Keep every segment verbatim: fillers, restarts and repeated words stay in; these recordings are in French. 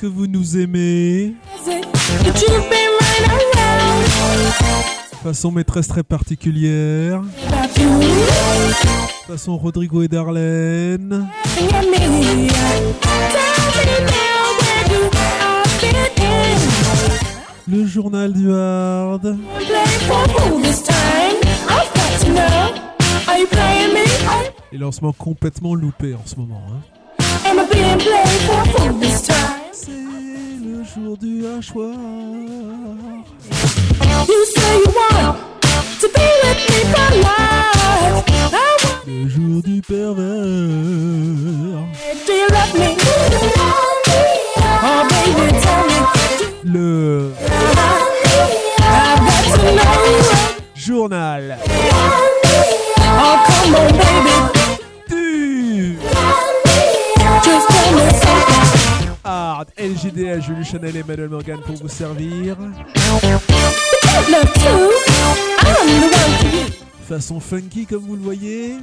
que vous nous aimez. Façon maîtresse très particulière. Façon Rodrigo et Darlene. Le journal du hard. Et lancement complètement loupé en ce moment. Hein. C'est le jour du hachoir. Le jour du pervers. Le journal du hard. L G D A, Julie Chanel et Emmanuel Morgan pour vous servir. Façon funky comme vous le voyez.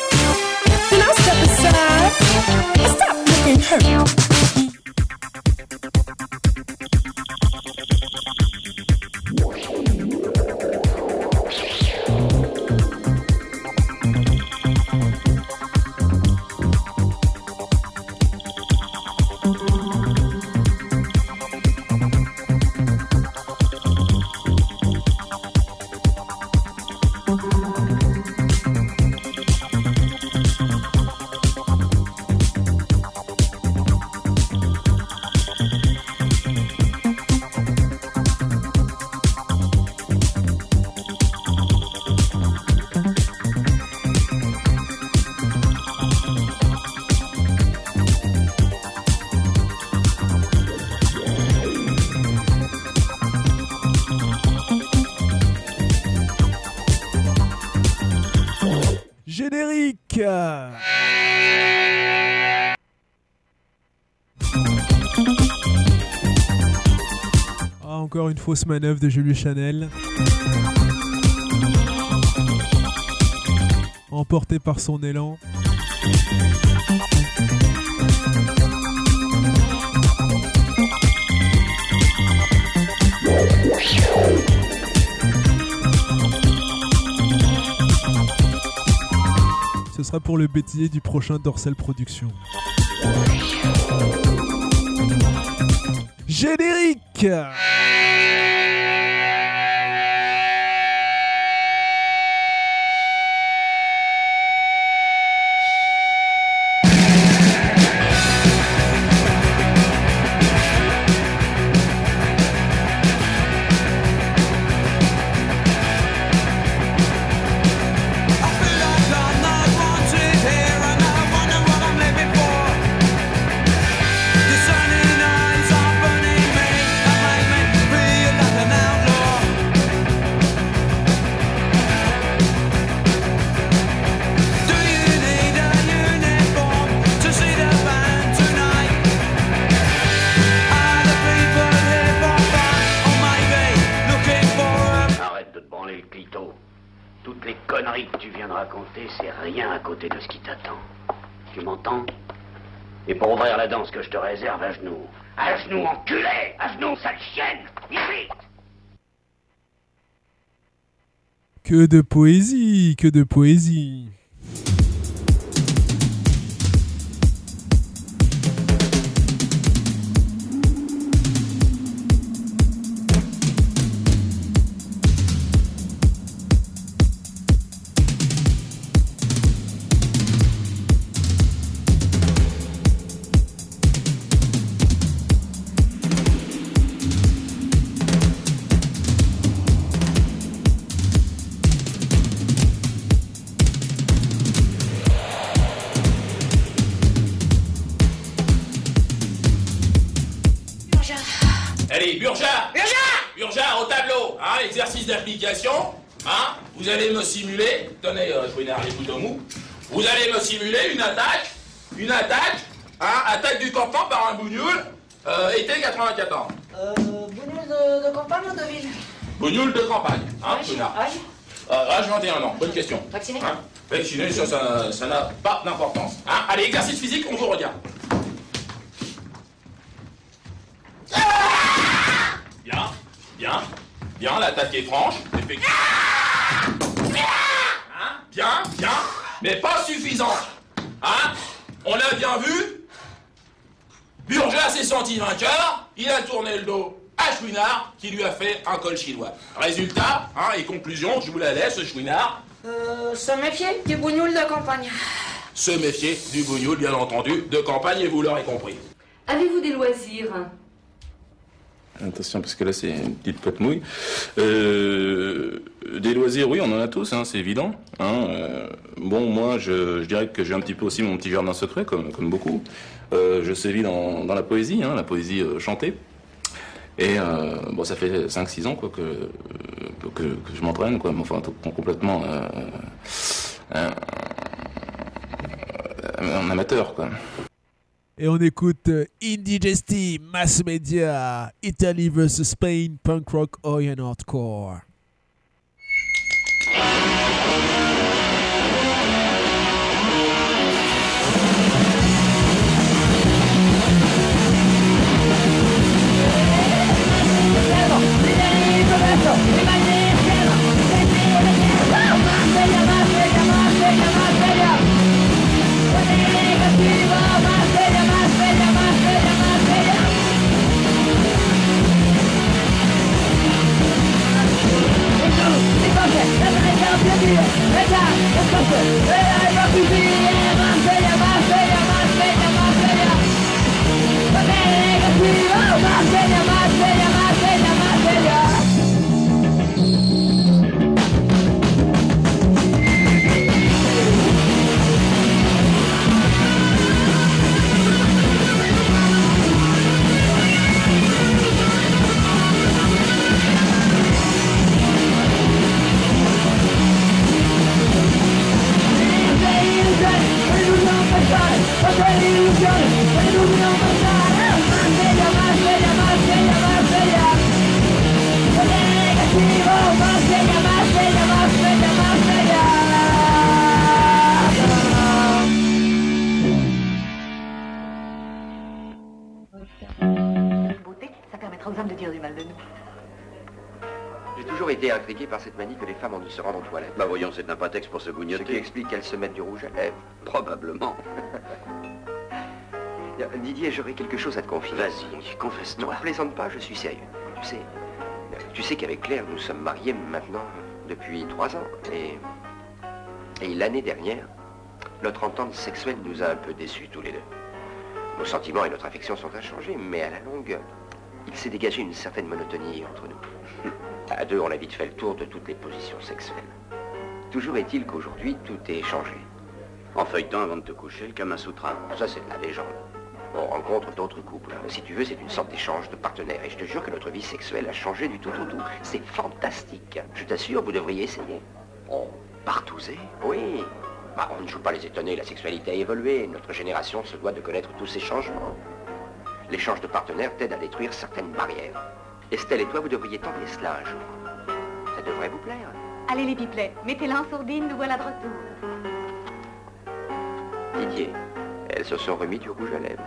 Générique. Ah, encore une fausse manœuvre de Julie Chanel. Emporté par son élan. Ce sera pour le bêtisier du prochain Dorsel Productions. Générique. Que je te réserve à genoux. À genoux, enculé! À genoux, sale chienne! Vite! Que de poésie, que de poésie. Hein? Vous allez me simuler, tenez, euh, Chouinard, les boutons mous, vous allez me simuler une attaque, une attaque, hein, attaque du campement par un bougnoul, euh, été quatre-vingt-quatorze. Euh, bougnoul de, de campagne ou de ville? Bougnoul de campagne, hein, Chouinard. Âge? euh, Âge vingt et un ans, bonne question. Vacciné? Hein? Vacciné, ça, ça, ça n'a pas d'importance. Hein? Allez, exercice physique, on vous regarde. Bien, bien, l'attaque est franche. Effectivement. Hein, bien, bien, mais pas suffisante. Hein? On l'a bien vu. Burja s'est senti vainqueur. Il a tourné le dos à Chouinard qui lui a fait un col chinois. Résultat, hein, et conclusion, je vous la laisse, Chouinard. Euh, se méfier du bougnoul de campagne. Se méfier du bougnoul, bien entendu, de campagne, et vous l'aurez compris. Avez-vous des loisirs? Attention, parce que là, c'est une petite pote mouille. Euh, des loisirs, oui, on en a tous, hein, c'est évident. Hein, euh, bon, moi, je, je dirais que j'ai un petit peu aussi mon petit jardin secret, comme, comme beaucoup. Euh, je sévis dans, dans la poésie, hein, la poésie euh, chantée. Et euh, bon, ça fait cinq six ans quoi, que, que, que je m'entraîne, quoi, mais enfin, tout, complètement euh, euh, un amateur, quoi. Et on écoute euh, Indigesti, Mass Media, Italy versus Spain, Punk Rock, Orient Hardcore. Intrigué par cette manie que les femmes ont dû se rendre aux toilettes. Bah voyons, c'est un prétexte pour se gougnoter. Ce qui explique qu'elles se mettent du rouge à lèvres. Probablement. Didier, j'aurais quelque chose à te confier. Vas-y, confesse-toi. Ne plaisante pas, je suis sérieux. Tu sais, tu sais qu'avec Claire, nous sommes mariés maintenant depuis trois ans. Et, et l'année dernière, notre entente sexuelle nous a un peu déçus tous les deux. Nos sentiments et notre affection sont inchangés, mais à la longue, il s'est dégagé une certaine monotonie entre nous. À deux, on a vite fait le tour de toutes les positions sexuelles. Toujours est-il qu'aujourd'hui, tout est changé. En feuilletant avant de te coucher, le Kama Sutra. Ça, c'est de la légende. On rencontre d'autres couples. Si tu veux, c'est une sorte d'échange de partenaires. Et je te jure que notre vie sexuelle a changé du tout au tout. C'est fantastique. Je t'assure, vous devriez essayer. Oh, partouzer? Oui. Bah, on ne joue pas les étonnés, la sexualité a évolué. Notre génération se doit de connaître tous ces changements. L'échange de partenaires t'aide à détruire certaines barrières. Estelle et toi, vous devriez tenter cela un jour. Ça devrait vous plaire. Allez les pipelets, mettez-la en sourdine, nous voilà de retour. Didier, elles se sont remis du rouge à lèvres.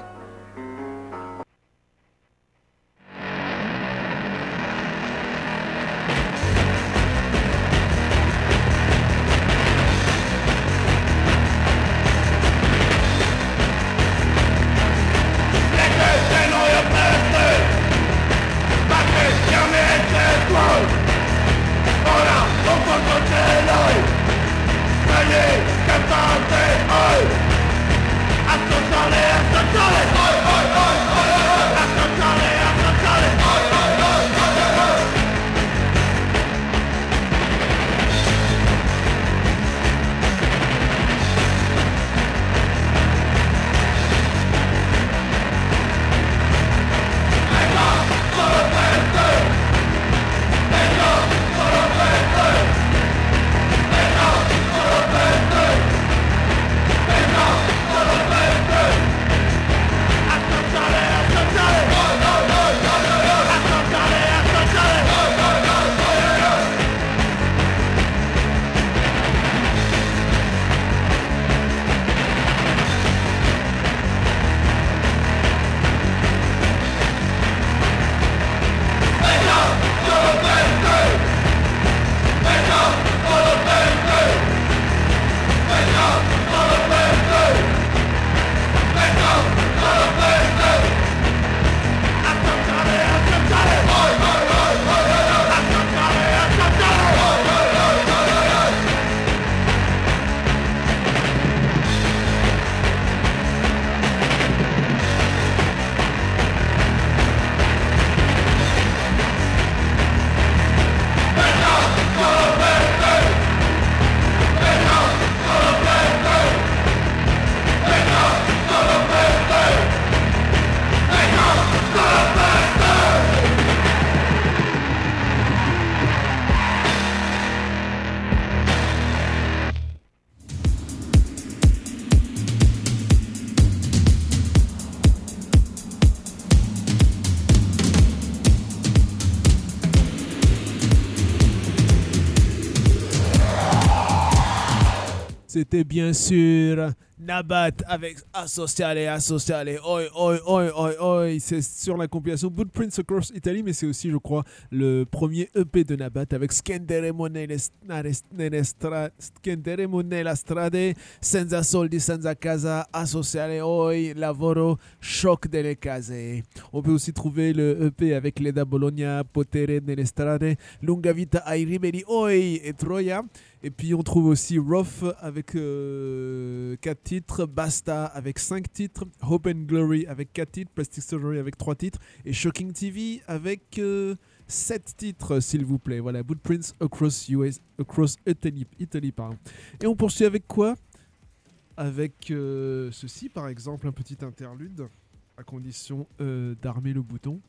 c'était bien sûr Nabat avec Asociale, Asociale, oi, oi, oi, oi, oi. C'est sur la compilation Footprints Across Italy, mais c'est aussi, je crois, le premier E P de Nabat avec Scenderemo nelle stra- Scenderemo nella strade, senza soldi, senza casa, Asociale, oi, lavoro, choc delle case. On peut aussi trouver le E P avec Leda Bologna, Potere nelle strade, Lunga vita ai ribelli, oi, et Troia. Et puis on trouve aussi Rough avec euh, quatre titres, Basta avec cinq titres, Hope and Glory avec quatre titres, Plastic Surgery avec trois titres et Shocking T V avec euh, sept titres, s'il vous plaît. Voilà, Footprints Across U S, Across Italy, Italy pardon. Et on poursuit avec quoi? Avec euh, ceci par exemple, un petit interlude, à condition euh, d'armer le bouton.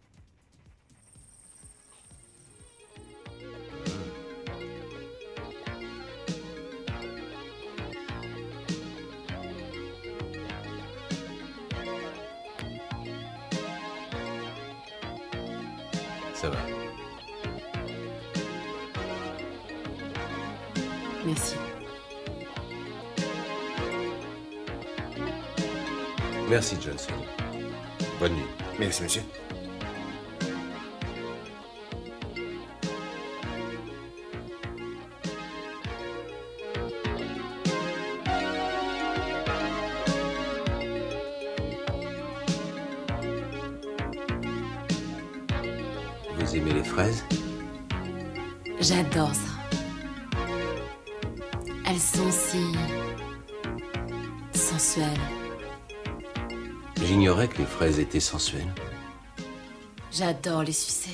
Ça va. Merci. Merci, Johnson. Bonne nuit. Merci, monsieur. Vous aimez les fraises? J'adore ça. Elles sont si sensuelles. J'ignorais que les fraises étaient sensuelles. J'adore les sucer.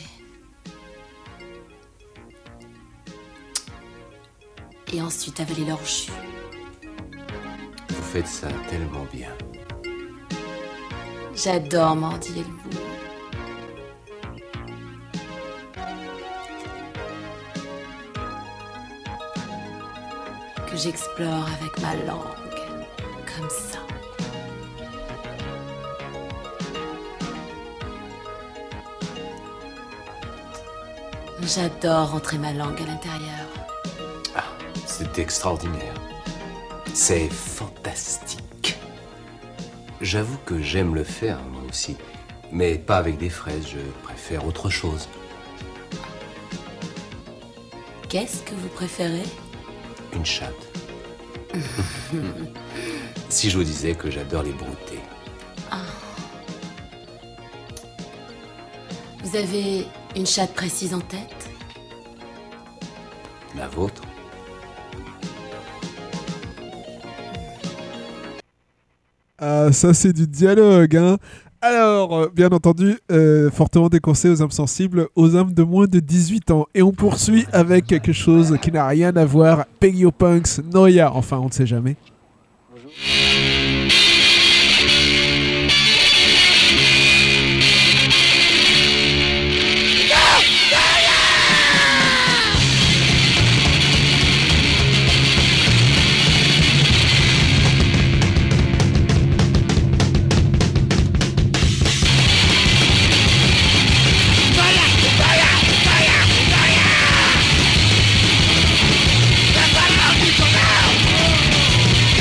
Et ensuite avaler leur jus. Vous faites ça tellement bien. J'adore mordiller le bout. Que j'explore avec ma langue, comme ça. J'adore entrer ma langue à l'intérieur. Ah, c'est extraordinaire. C'est fantastique. J'avoue que j'aime le faire, moi aussi. Mais pas avec des fraises, je préfère autre chose. Qu'est-ce que vous préférez? Une chatte. Si je vous disais que j'adore les brouter. Ah. Vous avez une chatte précise en tête? La vôtre? Ah, ça c'est du dialogue, hein. Alors, euh, bien entendu, euh, fortement déconseillé aux âmes sensibles, aux âmes de moins de dix-huit ans. Et on poursuit avec quelque chose qui n'a rien à voir. Peggy Punks, Noia. Enfin, on ne sait jamais. Bonjour. Let's go!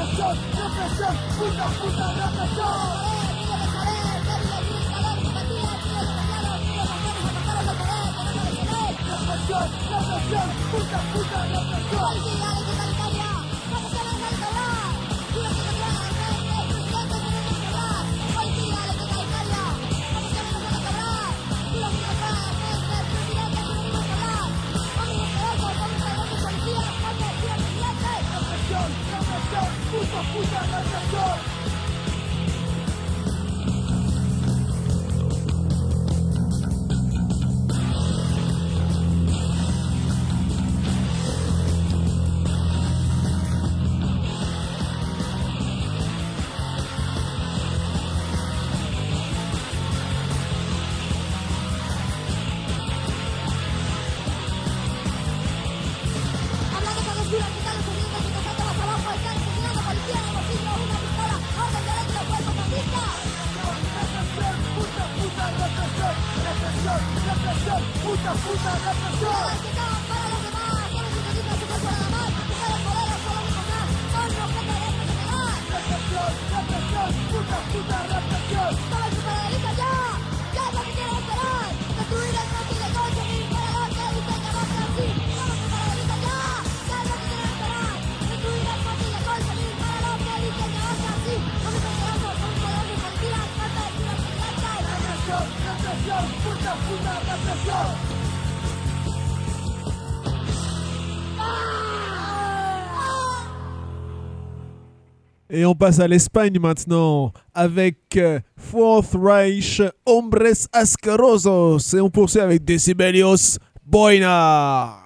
Et on passe à l'Espagne maintenant avec euh, Fourth Reich, Hombres Asquerosos. Et on poursuit avec Decibelios, Boina.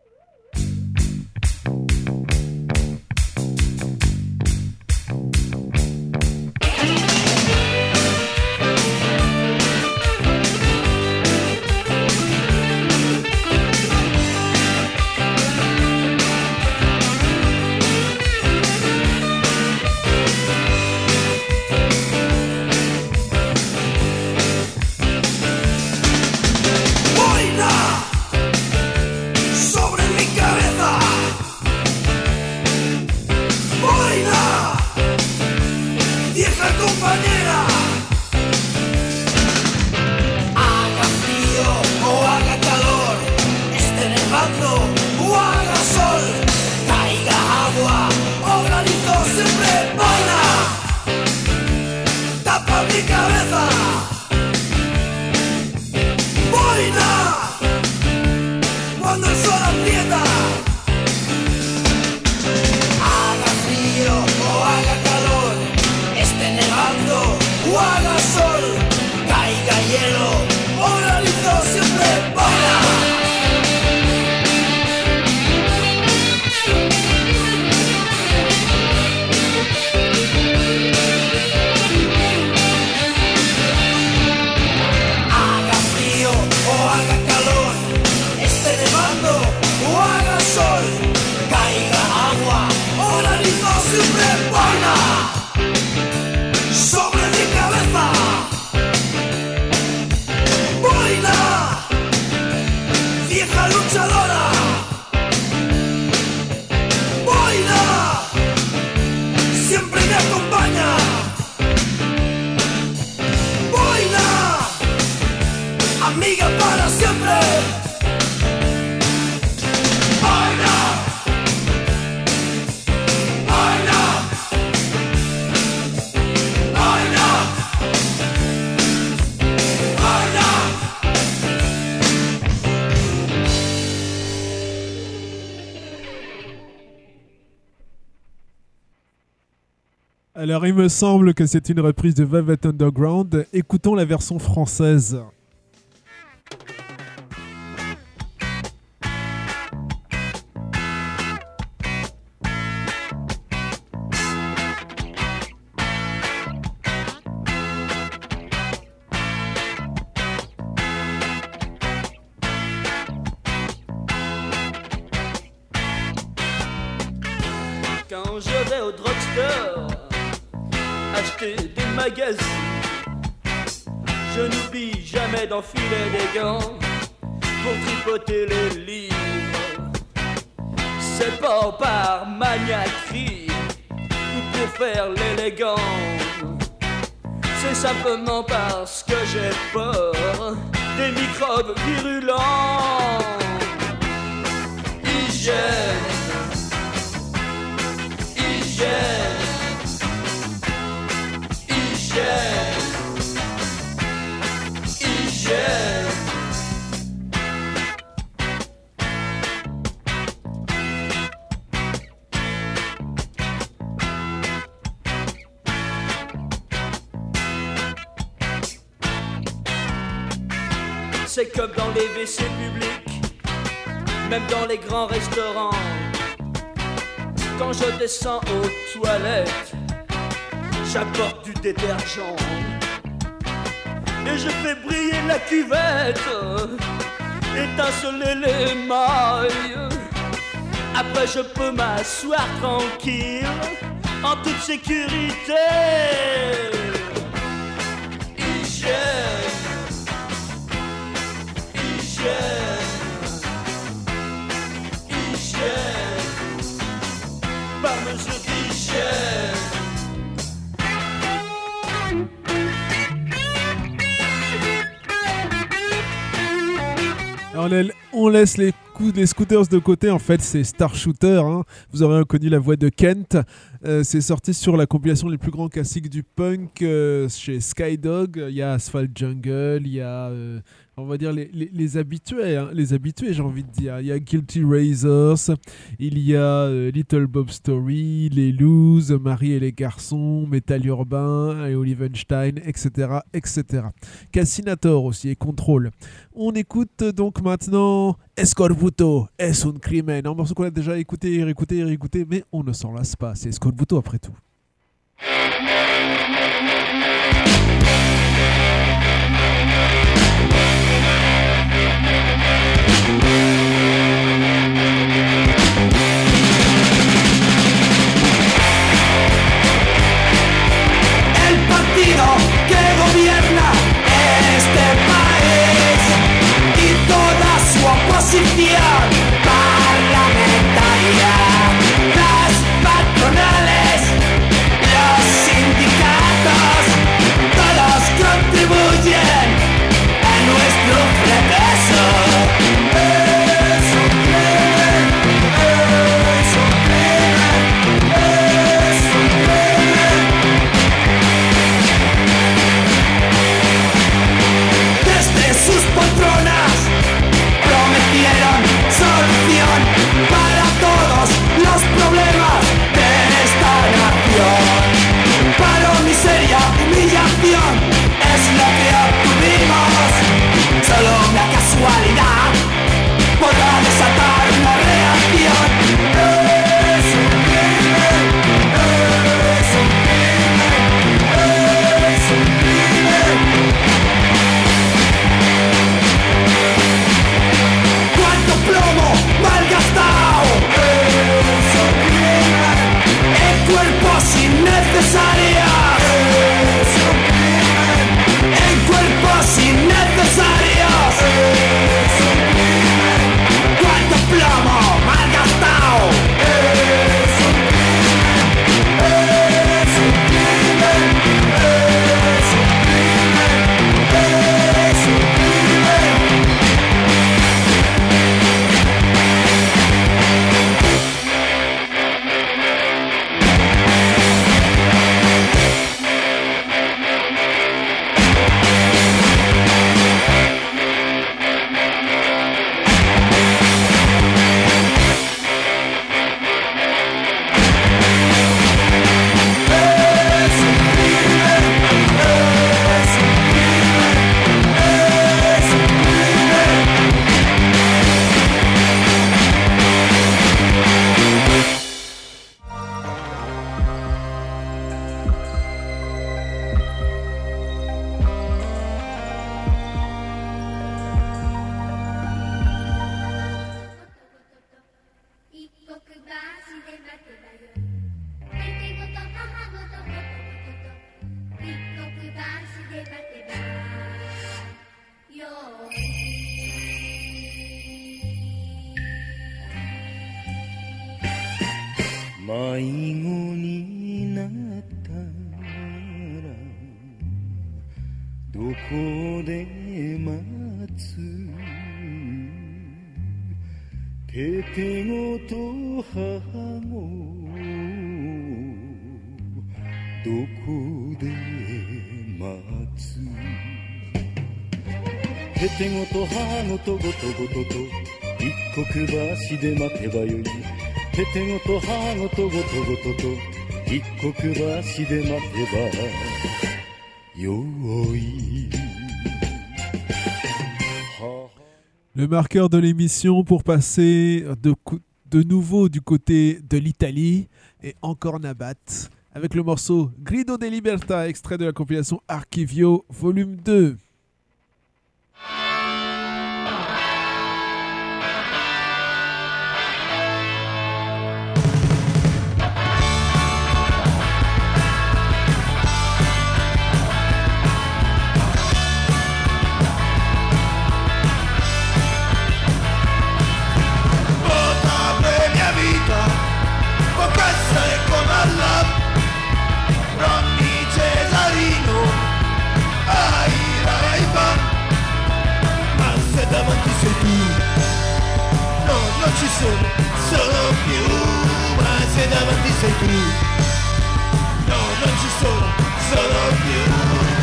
Alors il me semble que c'est une reprise de Velvet Underground. Écoutons la version française. Quand je vais au drugstore acheter des magazines, je n'oublie jamais d'enfiler des gants pour tripoter les livres. C'est pas par maniaquerie ou pour faire l'élégant. C'est simplement parce que j'ai peur des microbes virulents. Hygiène, hygiène, hygiène, hygiène. C'est comme dans les W C publics, même dans les grands restaurants. Quand je descends aux toilettes, j'apporte du détergent et je fais briller la cuvette, étinceler les mailles. Après je peux m'asseoir tranquille, en toute sécurité. Hygiène, hygiène, hygiène, par mesure d'hygiène. On, la- on laisse les, coups, les scooters de côté, en fait c'est Star Shooter, hein. Vous aurez reconnu la voix de Kent. Euh, c'est sorti sur la compilation Les plus grands classiques du punk euh, chez Skydog. Il y a Asphalt Jungle, il y a euh, on va dire les, les, les habitués, hein, les habitués j'ai envie de dire. Il y a Guilty Razors, il y a euh, Little Bob Story, Les Loos, Marie et les garçons, Metal Urbain et Olivenstein, et cetera, et cetera. Cassinator aussi et Control. On écoute donc maintenant Escorbuto, Es un crimen, un morceau qu'on a déjà écouté, réécouté, réécouté, mais on ne s'en lasse pas. C'est Escorbuto après tout. El partido que gobierna este país y toda su oposición parlamentaria, las patronales, los sindicatos, todos contribuyen a nuestro fracaso. Es un crimen, es un crimen, es un crimen. Desde sus poltronas prometieron solución para todos los problemas de esta nación. Paro, miseria, humillación es lo que obtuvimos. Solo una casualidad podrá desatar una reacción. Es un crimen, es un crimen, es un crimen. Cuánto plomo malgastado es un crimen, en cuerpos innecesarios es un crimen, en cuerpos innecesarios es un crimen. Cuánto plomo malgastado es un crimen, es un crimen, es un crimen, es un crimen. ててごと母ごどこで待つててごと母ごとごとごとと一刻橋で待てばよいててごと母ごとごとごとと一刻橋で待てばよい。 Le marqueur de l'émission pour passer de, de nouveau du côté de l'Italie et encore Nabat avec le morceau Grido de Libertà, extrait de la compilation Archivio volume deux. Non ci sono, sono più, ma se davanti sei tu. No, non ci sono, sono più.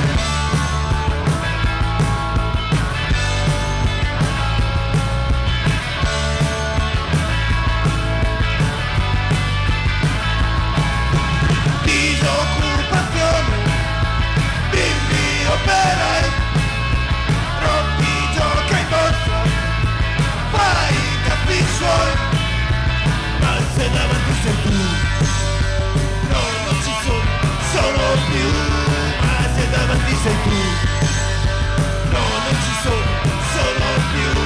Disoccupazione, bimbi operai, troppi gioca in borsa, fai suoi, ma se davanti sei tu. No, non ci sono, sono più, ma se davanti sei tu. No, non ci sono, sono più.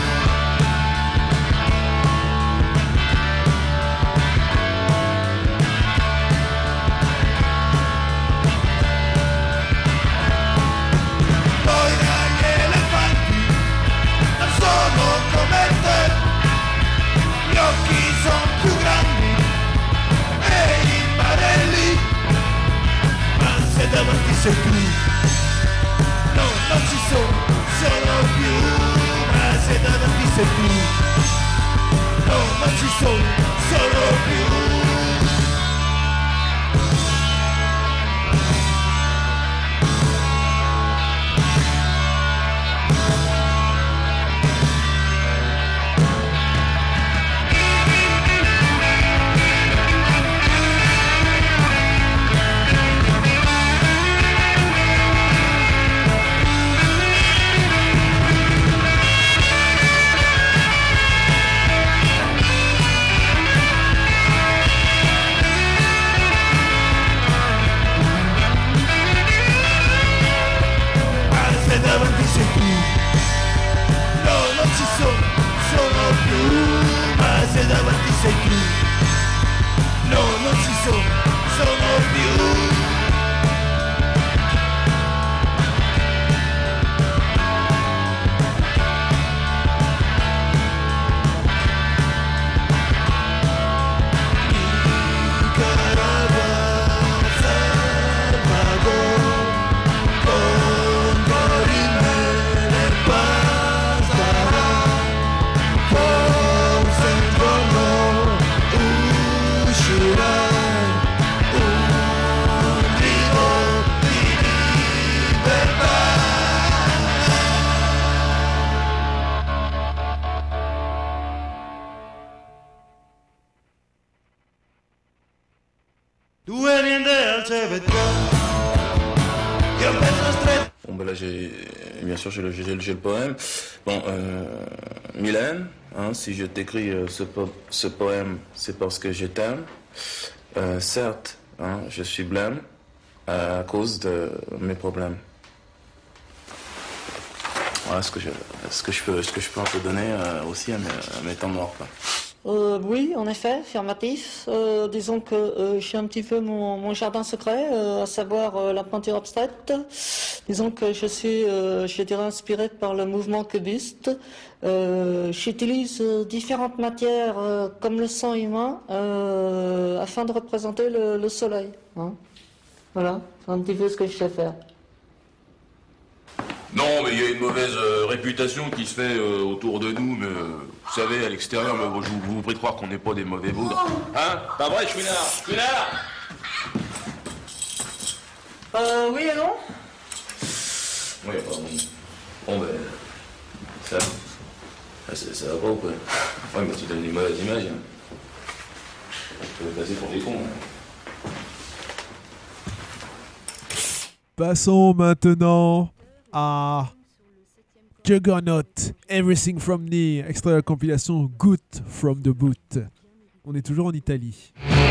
Poi dagli elefanti non sono come te. Gli occhi sono più grandi e i barelli, ma se davanti sei tu. No, non ci sono, sono più, ma se davanti sei tu. No, non ci sono, sono più. Bon ben là j'ai bien sûr j'ai le, j'ai, j'ai le poème. Bon euh, Mylène, hein, si je t'écris euh, ce, po- ce poème, c'est parce que je t'aime. Euh, certes, hein, je suis blême euh, à cause de mes problèmes. Voilà ce que je, ce que je peux, ce que je peux un peu donner euh, aussi à mes, à mes temps morts, quoi. Euh, oui, en effet, affirmatif. Euh, disons que euh, j'ai un petit peu mon, mon jardin secret, euh, à savoir euh, la peinture abstraite. Disons que je suis, euh, je dirais, inspiré par le mouvement cubiste. Euh, j'utilise euh, différentes matières euh, comme le sang humain euh, afin de représenter le, le soleil. Hein. Voilà, c'est un petit peu ce que je sais faire. Non, mais il y a une mauvaise euh, réputation qui se fait euh, autour de nous, mais euh, vous savez, à l'extérieur, mais bon, je vous, vous prie de croire qu'on n'est pas des mauvais bougres. Hein? Pas vrai, Chouinard? Chouinard? Euh, oui et non? Oui, pardon. Bon, ben... Ça... Ça, ça va pas ou quoi? Ouais, mais tu donnes des mauvaises images, hein. Tu vas passer pour des cons, hein. Passons maintenant à Juggernaut, Everything From Me, extrait de la compilation Good From The Boot. On est toujours en Italie.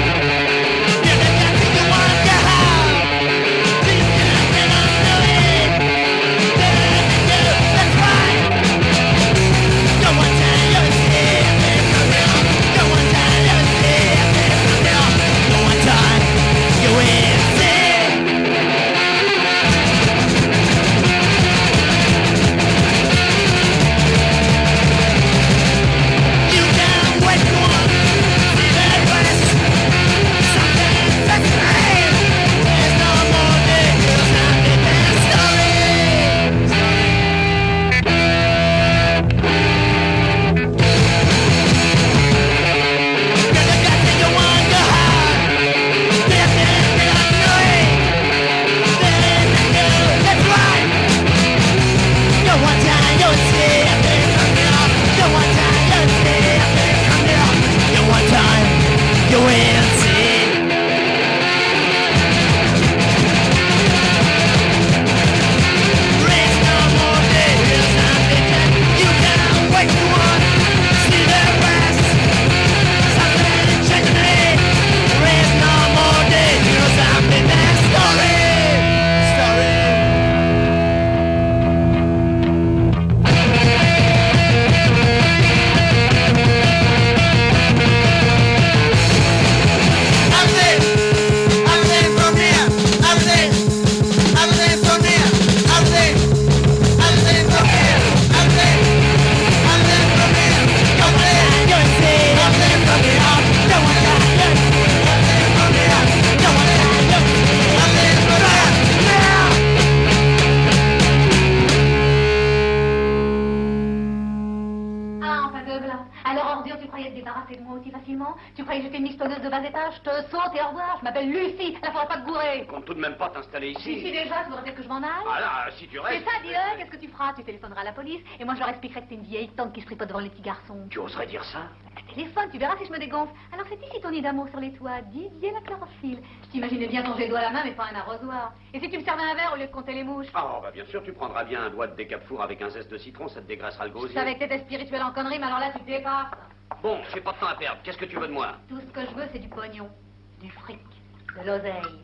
Compte tout de même pas t'installer ici. Ici déjà, ça voudrait dire que je m'en aille. Ah là, si tu restes... C'est ça, dis-le, qu'est-ce que tu feras? Tu téléphoneras à la police et moi je leur expliquerai que t'es une vieille tante qui se tripote devant les petits garçons. Tu oserais dire ça? Téléphone, tu verras si je me dégonfle. Alors c'est ici ton nid d'amour sur les toits, Didier la chlorophylle. Je t'imaginais bien ton jet d'eau à la main, mais pas un arrosoir. Et si tu me servais un verre au lieu de compter les mouches? Oh, bah bien sûr, tu prendras bien un doigt de décapfour avec un zeste de citron, ça te dégraissera le gosier. Je savais que t'étais spirituel en conneries, mais alors là tu te dépasses. Bon, j'ai pas de temps à perdre. Qu'est-ce que tu veux de moi? Tout ce que je veux, c'est du pognon, du fric, de l'oseille.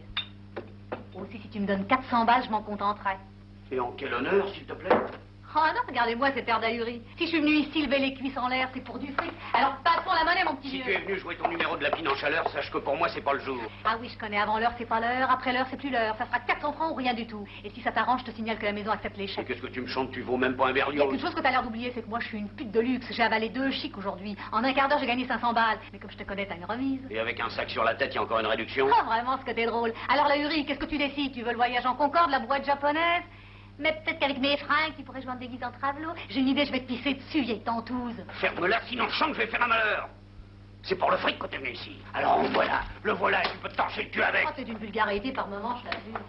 Aussi, si tu me donnes quatre cents balles, je m'en contenterai. Et en quel honneur, s'il te plaît? Oh non, regardez-moi cette paire d'ahuries. Si je suis venu ici lever les cuisses en l'air, c'est pour du fric. Alors passons la monnaie, mon petit Si vieux. tu es venu jouer ton numéro de la pine en chaleur, sache que pour moi, c'est pas le jour. Ah oui, je connais. Avant l'heure, c'est pas l'heure. Après l'heure, c'est plus l'heure. Ça sera quatre cents francs ou rien du tout. Et si ça t'arrange, je te signale que la maison accepte les Et chèques. qu'est-ce que tu me chantes? Tu vaux même pas un Il y a berlioz. qu'une chose que t'as l'air d'oublier, c'est que moi, je suis une pute de luxe. J'ai avalé deux chics aujourd'hui. En un quart d'heure, j'ai gagné cinq cents balles. Mais comme je te connais, t'as une remise. Et avec un sac sur la tête, il y a encore une réduction? Ah, vraiment, ce que t'es drôle. Alors, la Uri, qu'est-ce que tu décides? Tu veux le voyage en Concorde, la boîte japonaise? Mais peut-être qu'avec mes fringues, tu pourrais jouer en déguisé en travelo. J'ai une idée, je vais te pisser dessus, vieille tentouse. Ferme-la, sinon je sens que je vais faire un malheur. C'est pour le fric que t'es venu ici. Alors en voilà, le voilà, et tu peux te torcher le cul avec. Oh, t'es d'une vulgarité par moment, je t'assure.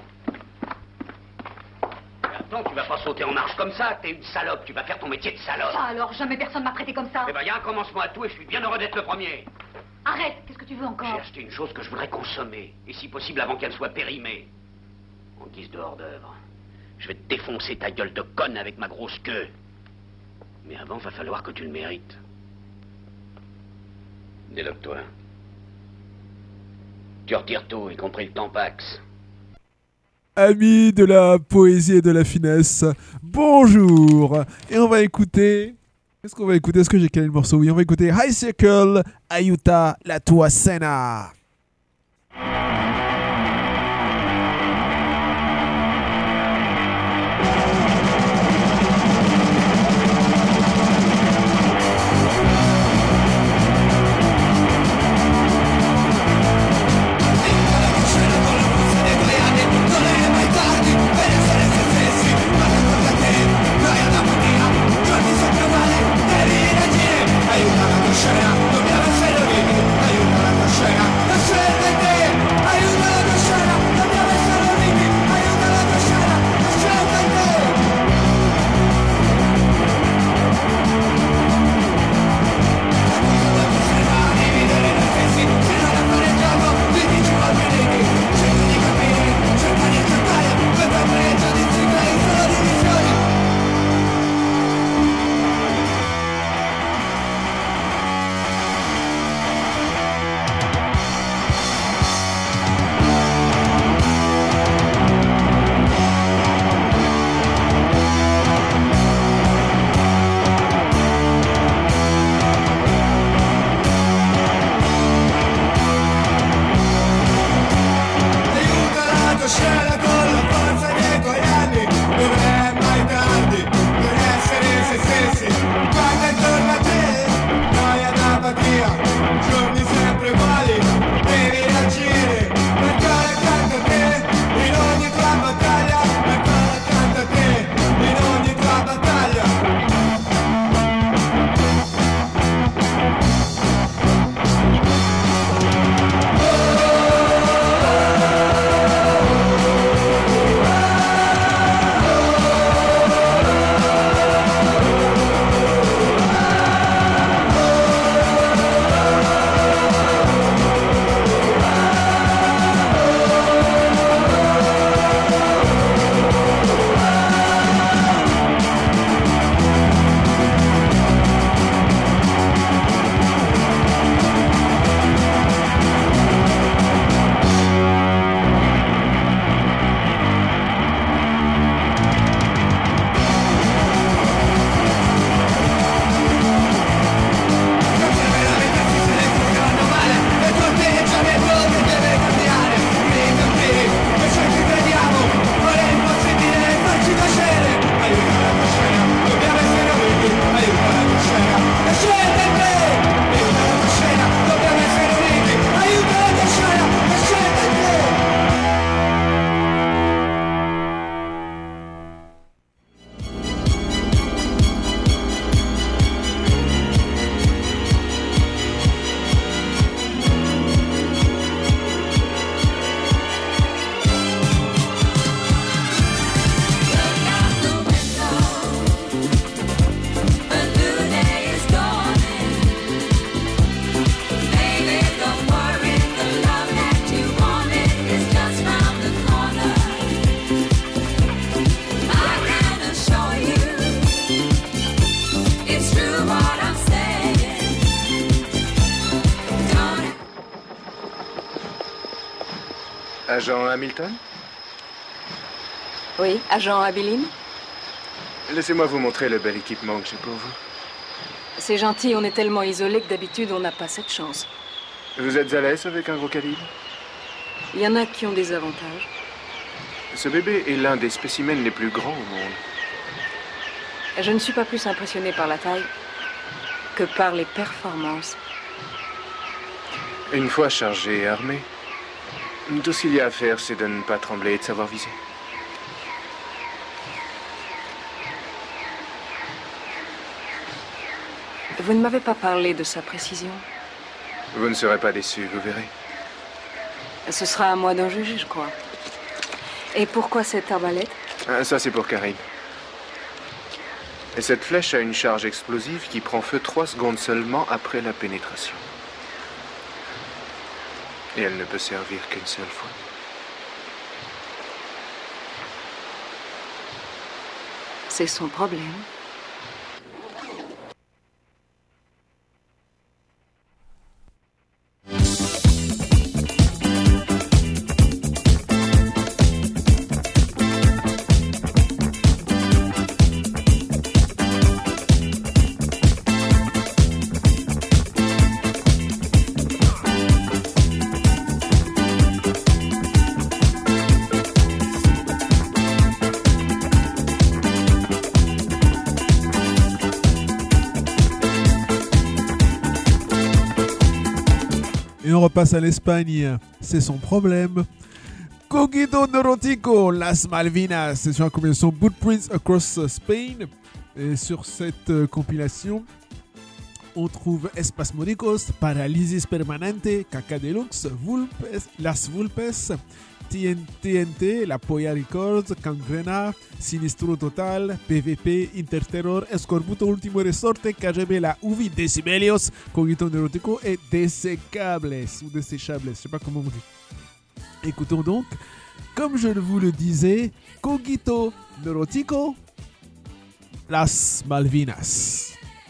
Mais attends, tu vas pas sauter en marche comme ça, t'es une salope, tu vas faire ton métier de salope. Ça alors, jamais personne m'a traité comme ça. Eh ben, y a un commencement à tout et je suis bien heureux d'être le premier. Arrête, qu'est-ce que tu veux encore? J'ai acheté une chose que je voudrais consommer, et si possible avant qu'elle soit périmée. En guise de hors-d'œuvre. Je vais te défoncer ta gueule de conne avec ma grosse queue. Mais avant, va falloir que tu le mérites. Déloque-toi. Tu retires tout, y compris le tampax. Amis de la poésie et de la finesse, bonjour. Et on va écouter... Qu'est-ce qu'on va écouter? Est-ce que j'ai calé le morceau? Oui, on va écouter High Circle, Aiuta la tua scena. Non è mai tardi per essere se stessi, ma It's true what I'm saying. Don't... Agent Hamilton? Oui, agent Abiline? Laissez-moi vous montrer le bel équipement que j'ai pour vous. C'est gentil, on est tellement isolé que d'habitude on n'a pas cette chance. Vous êtes à l'aise avec un gros calibre? Il y en a qui ont des avantages. Ce bébé est l'un des spécimens les plus grands au monde. Je ne suis pas plus impressionnée par la taille que par les performances. Une fois chargé et armé, tout ce qu'il y a à faire, c'est de ne pas trembler et de savoir viser. Vous ne m'avez pas parlé de sa précision. Vous ne serez pas déçu, vous verrez. Ce sera à moi d'en juger, je crois. Et pourquoi cette arbalète? Ah, ça, c'est pour Karine. Et cette flèche a une charge explosive qui prend feu trois secondes seulement après la pénétration. Et elle ne peut servir qu'une seule fois. C'est son problème. Et on repasse à l'Espagne, c'est son problème. Coquito Neurótico, Las Malvinas, c'est sur la compilation Footprints Across Spain. Et sur cette euh, compilation, on trouve Espasmodicos, Parálisis Permanente, Caca Deluxe, Vulpes, Las Vulpes, T N T, La Polla Records, Cangrena, Sinistro Total, P V P, Interterror, Escorbuto Último Resorte, K G B, La Uvi, Decibelios, Coquito Neurótico et Desecables, ou Desechables, je sais pas comment on dit. Écoutons donc, comme je vous le disais, Coquito Neurótico, Las Malvinas.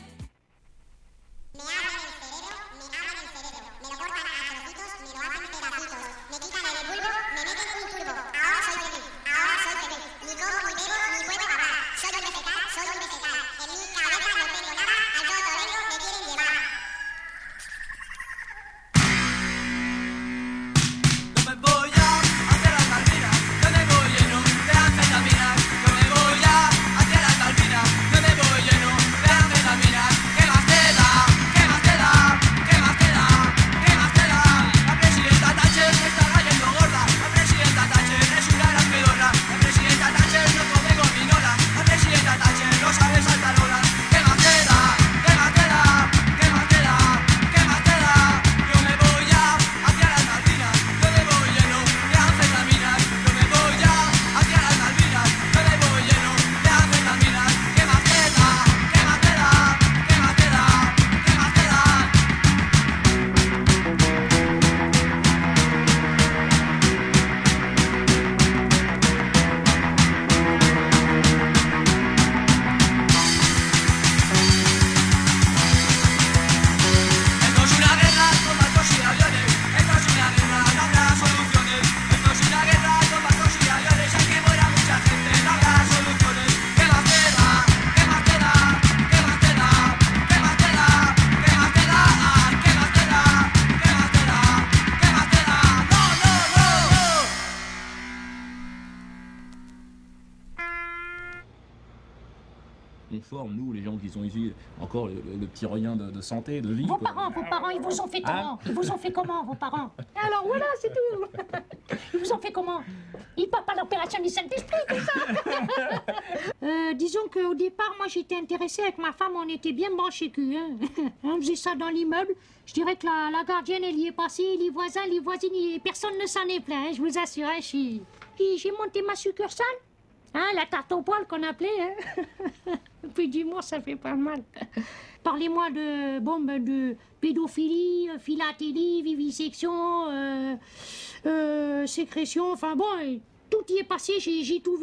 Conforme, nous, les gens qui sont ici, encore le, le, le petit rien de, de santé, de vie. Vos quoi. parents, vos parents, ils vous ont fait comment? Hein? Ils vous ont fait comment, vos parents? Alors voilà, c'est tout. Ils vous ont fait comment? Ils partent pas l'opération du Saint-Esprit, tout ça. euh, disons qu'au départ, moi, j'étais intéressée avec ma femme, on était bien branchés cul. Hein. On faisait ça dans l'immeuble. Je dirais que la, la gardienne, elle y est passée, les voisins, les voisines, y... personne ne s'en est plaint, hein, je vous assure. Hein, j'ai monté ma succursale. Hein, la tarte au poil qu'on appelait, hein. Puis d'humour, ça fait pas mal. Parlez-moi de, bon, ben, de pédophilie, philatélie, vivisection, euh, euh, sécrétion, enfin bon, tout y est passé, j'ai tout vu.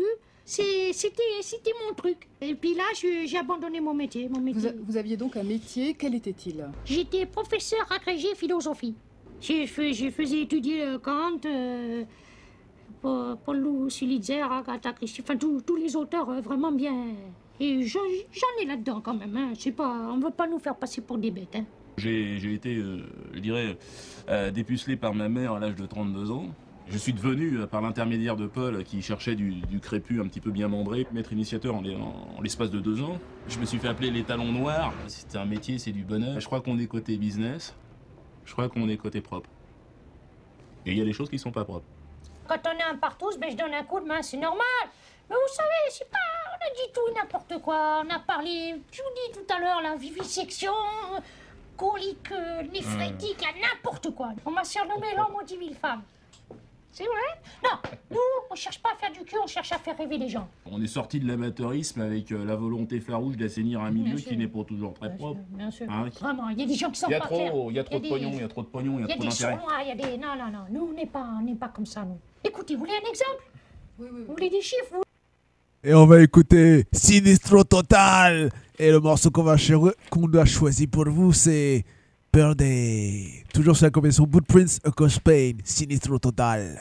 C'est- C'était c'était mon truc. Et puis là, je- j'ai abandonné mon métier. Mon métier. Vous, a- vous aviez donc un métier, quel était-il? J'étais professeur agrégé philosophie. Je, fais- je faisais étudier euh, Kant, euh, Paul Paul Lou Sulitzer, Agatha Christie, enfin tous tous les auteurs euh, vraiment bien. Et j'en j'en ai là-dedans quand même. Hein. C'est pas, on ne veut pas nous faire passer pour des bêtes. Hein. J'ai j'ai été, euh, je dirais, euh, dépucelé par ma mère à l'âge de trente-deux ans. Je suis devenu, euh, par l'intermédiaire de Paul, qui cherchait du, du crépus un petit peu bien membré, maître initiateur en, l'es- en- en l'espace de deux ans. Je me suis fait appeler les talons noirs. C'est un métier, c'est du bonheur. Je crois qu'on est côté business. Je crois qu'on est côté propre. Et il y a des choses qui sont pas propres. Quand on a un partouze, ben je donne un coup de main, c'est normal. Mais vous savez, c'est pas, on a dit tout et n'importe quoi. On a parlé, je vous dis tout à l'heure, la vivisection, colique, euh, néphrétique, là, n'importe quoi. On m'a surnommé l'homme aux dix mille femmes. C'est vrai? Non, nous, on cherche pas à faire du cul, on cherche à faire rêver les gens. On est sorti de l'amateurisme avec euh, la volonté farouche d'assainir un milieu Bien sûr. qui n'est pas toujours très propre. Bien sûr, Hein, vraiment, il y a des gens qui sont Il y a pas trop, clairs. il y a trop de des- pognon, il y a trop de pognon, il y a Il y a trop des d'intérêt. sournois, il y a des... Non, non, non, nous, on n'est pas, on n'est pas comme ça, nous. Écoutez, vous voulez un exemple? Oui, oui, Vous voulez des chiffres? vous Et on va écouter Sinistro Total. Et le morceau qu'on va cho- qu'on doit choisir pour vous, c'est Birthday. Toujours sur la compilation Footprints Across Spain, Sinistro Total.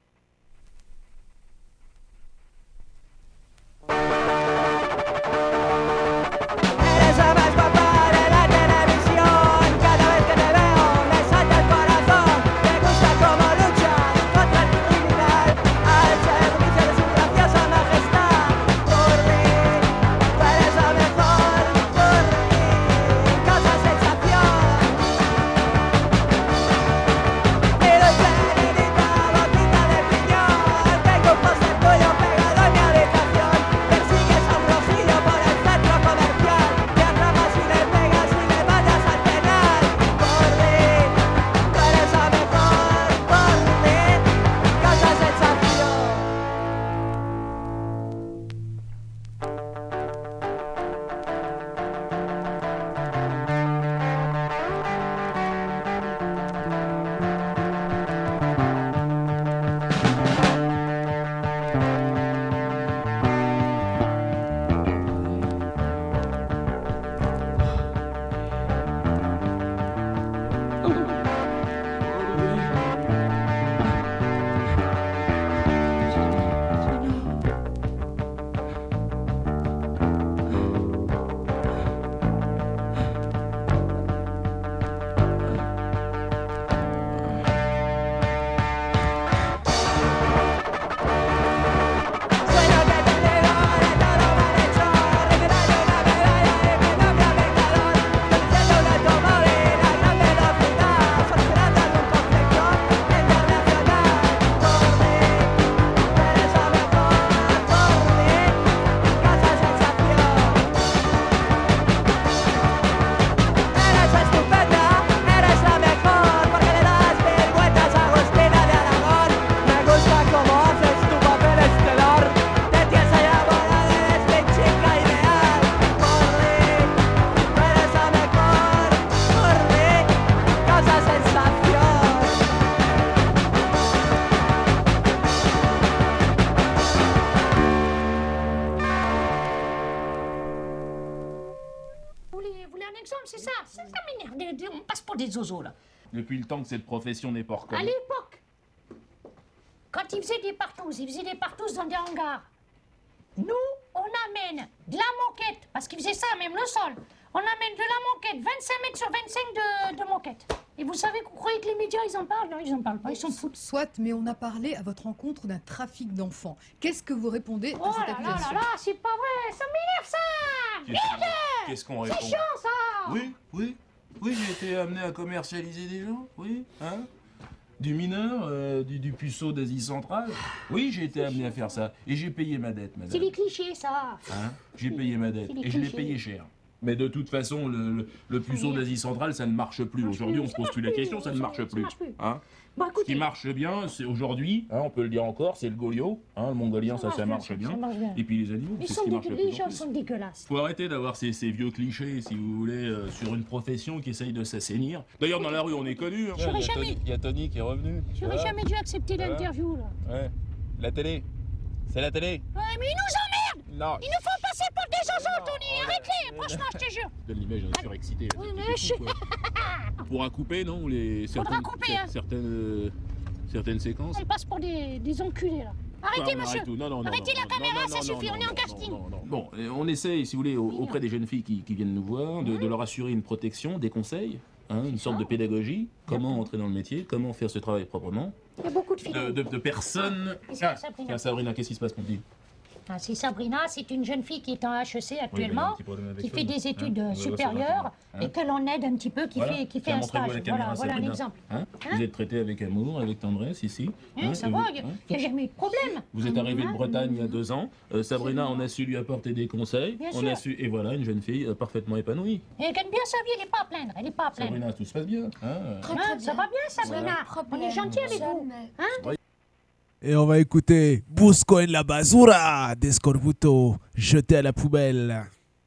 Eres la más guapa de la televisión. Cada vez que te veo me salta el corazón. Me gusta cómo luchas contra tu dignidad al servicio de su graciosa majestad. Por mí, tú eres la mejor. Por mí, causa sensación. Mi dulce niñita, boquita de piñón. Tengo un póster tuyo pegado en mi habitación. Persigues a un rojillo por el centro comercial. Te atrapas y le pegas y le mandas al penal. Por mí, tú eres la mejor. Por mí, causa sensación. Eres estupenda, eres la mejor, porque le das mil vueltas a Agustina de Aragón. Me gusta cómo haces tu papel estelar, de tiesa y abogada eres mi chica ideal. Por mí, tú eres la mejor, por mí, causa sensación. Vous voulez, vous voulez un exemple, c'est ça? Ça, ça m'énerve. Des- des- On passe pour des zozos, là. Depuis le temps que cette profession n'est pas À reconnue. l'époque, quand ils faisaient des partouzes, ils faisaient des partouzes dans des hangars. Nous, on amène de la moquette, parce qu'ils faisaient ça, même le sol. On amène de la moquette, vingt-cinq mètres sur vingt-cinq de, de moquette. Et vous savez, vous croyez que les médias, ils en parlent? Non, ils en parlent pas, ils s'en foutent. Soit, mais on a parlé à votre rencontre d'un trafic d'enfants. Qu'est-ce que vous répondez Oh à cette là là là accusation? là, c'est pas vrai, ça m'énerve ça! Qu'est-ce Merde! qu'on- Qu'est-ce qu'on C'est répond? chiant ça! Oui, oui, oui, j'ai été amené à commercialiser des gens, oui, hein. Du mineur, euh, du, du puceau d'Asie centrale. Oui, j'ai été amené à faire ça. Et j'ai payé ma dette, C'est madame. les clichés ça! Hein, j'ai payé ma dette. C'est des Et je l'ai clichés. payé cher. Mais de toute façon, le, le, le puceau d'Asie centrale, ça ne marche plus. Aujourd'hui, on se pose plus la question, ça ne marche plus. Hein. Bon, Ce qui marche bien, c'est aujourd'hui, hein, on peut le dire encore, c'est le golio. Hein, le mongolien, ça, ça marche bien. ça marche bien. Et puis les animaux, Ils c'est ce sont qui marche dégueu- le plus les en gens plus. sont dégueulasses. Faut arrêter d'avoir ces, ces vieux clichés, si vous voulez, euh, sur une profession qui essaye de s'assainir. D'ailleurs, dans la rue, on est connu. Hein. J'aurais Il y a jamais- Tony- Il y a Tony qui est revenu. J'aurais Voilà. jamais dû accepter Voilà. l'interview là. Ouais. La télé. C'est la télé. Ouais, mais ils nous emmerdent. Non. Ils nous font passer pour des zinzins, Tony. Arrête-les, franchement, je te jure. Donne l'image d'un surexcité. Oui, c'est- mais c'est je- fou, quoi. On pourra couper, non les, Faudra certaines, couper, cer- hein. certaines, euh, certaines séquences. On passe pour des, des enculés, là. Arrêtez, Ouais, on monsieur. arrête tout. Non, non, non, Arrêtez non, la non, caméra, non, ça non, suffit, non, on est en non, casting. non, non. Bon, euh, on essaye, si vous voulez, au- auprès des jeunes filles qui, qui viennent nous voir, de, de leur assurer une protection, des conseils, hein, une sorte de pédagogie, comment entrer dans le métier, comment faire ce travail proprement. Il y a beaucoup de filles. De, de, de personnes. Et c'est Ah, Sabrina. tiens, Sabrina, qu'est-ce qui se passe, mon petit? Ah, c'est Sabrina, c'est une jeune fille qui est en H E C Oui, mais il y a un actuellement, petit problème avec qui ça, fait hein. des études Hein, euh, on va voir supérieures ça, hein. et que l'on aide un petit peu, qui Voilà. fait, qui fait Tiens, un montrez-vous à stage. la caméra, Voilà, voilà un Sabrina. exemple. Hein Hein Vous êtes traité avec amour, avec tendresse ici. Hein, hein, ça et va, vous- il hein n'y a jamais eu de problème. Vous êtes arrivé de Hein Bretagne il y a deux ans. Euh, Sabrina, on a su lui apporter des conseils. Bien on sûr. a su, et voilà, une jeune fille euh, parfaitement épanouie. Et elle gagne bien sa vie, elle n'est pas à plaindre, elle n'est pas à plaindre. Sabrina, tout se passe bien. Hein euh. Hein, ça va bien, Sabrina. On est gentil avec vous. Hein Et on va écouter Busco en la basura de Scorbuto, jeté à la poubelle.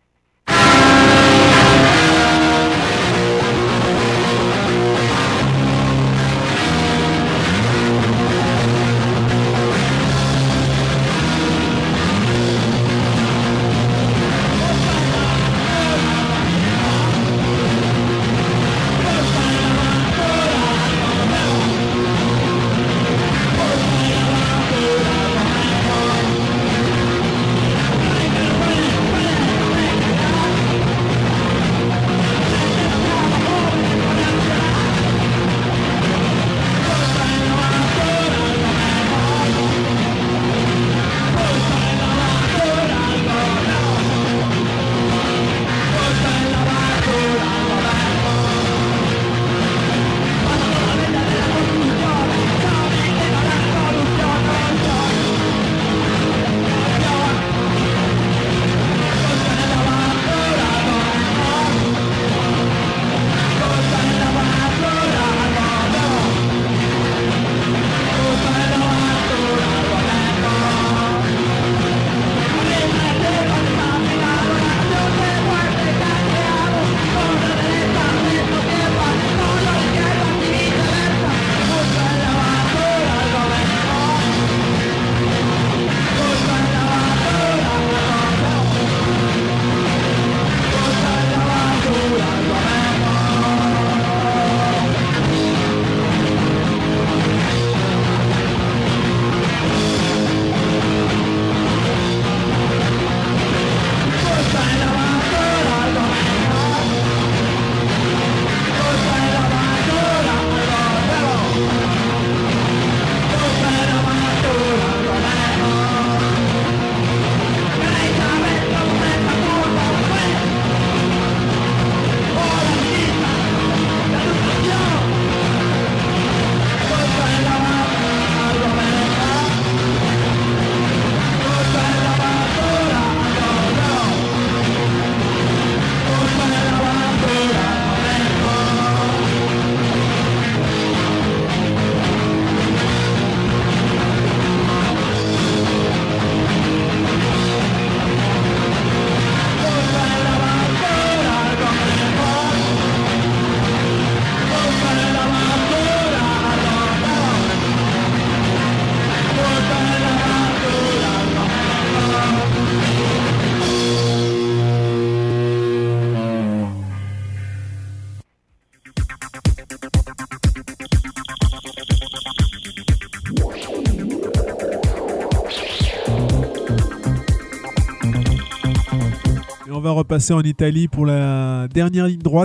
Et on va repasser en Italie pour la dernière ligne droite.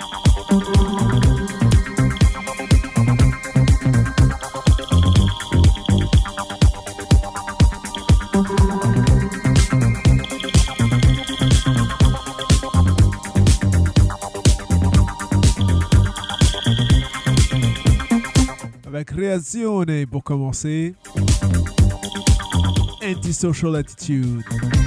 Avec Reazione pour commencer. Antisocial Attitude.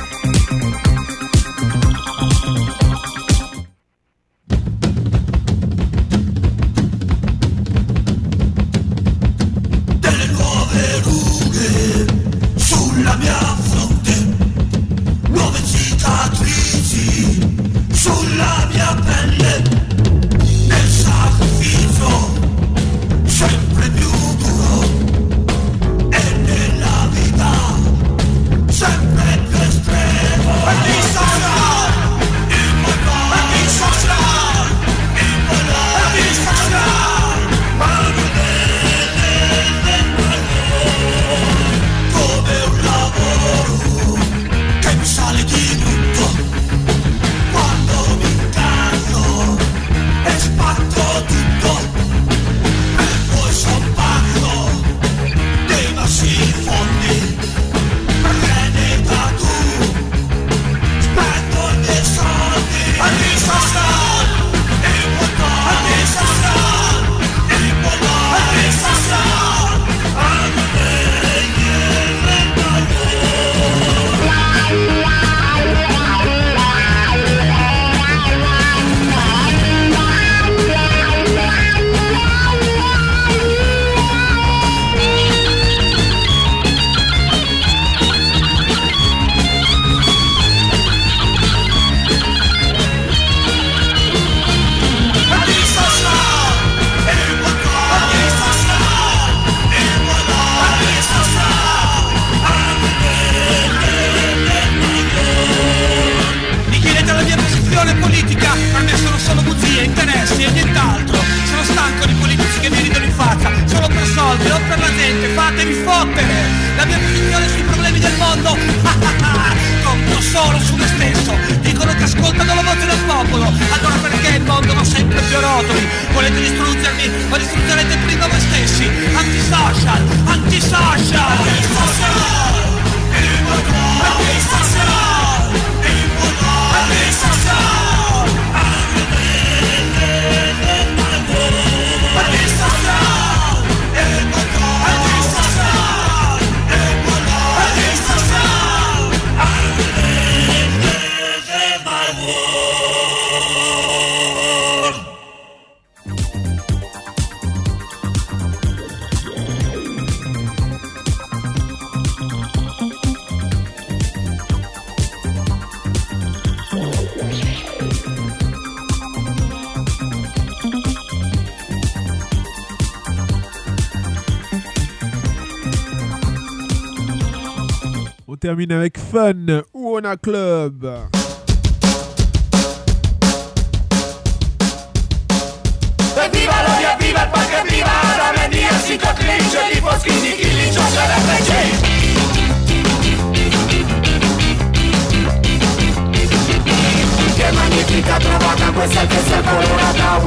Sulla mia fronte, nuove cicatrici, sulla mia pelle, nel sacrificio, sempre più duro, e nella vita la mia posizione sui problemi del mondo. Conto solo su me stesso. Dicono che ascoltano la voce del popolo. Allora perché il mondo va sempre più a rotoli? Volete distruggermi, ma distruggerete prima voi stessi. Antisocial, antisocial, antisocial, antisocial, antisocial. On termine avec Fun, Uona Club. Evviva l'odio, evviva il palco, evviva la media, si cotlinge, di foschini, chi li gioca la frecce. Che magnifica trovata questa che si è colorata,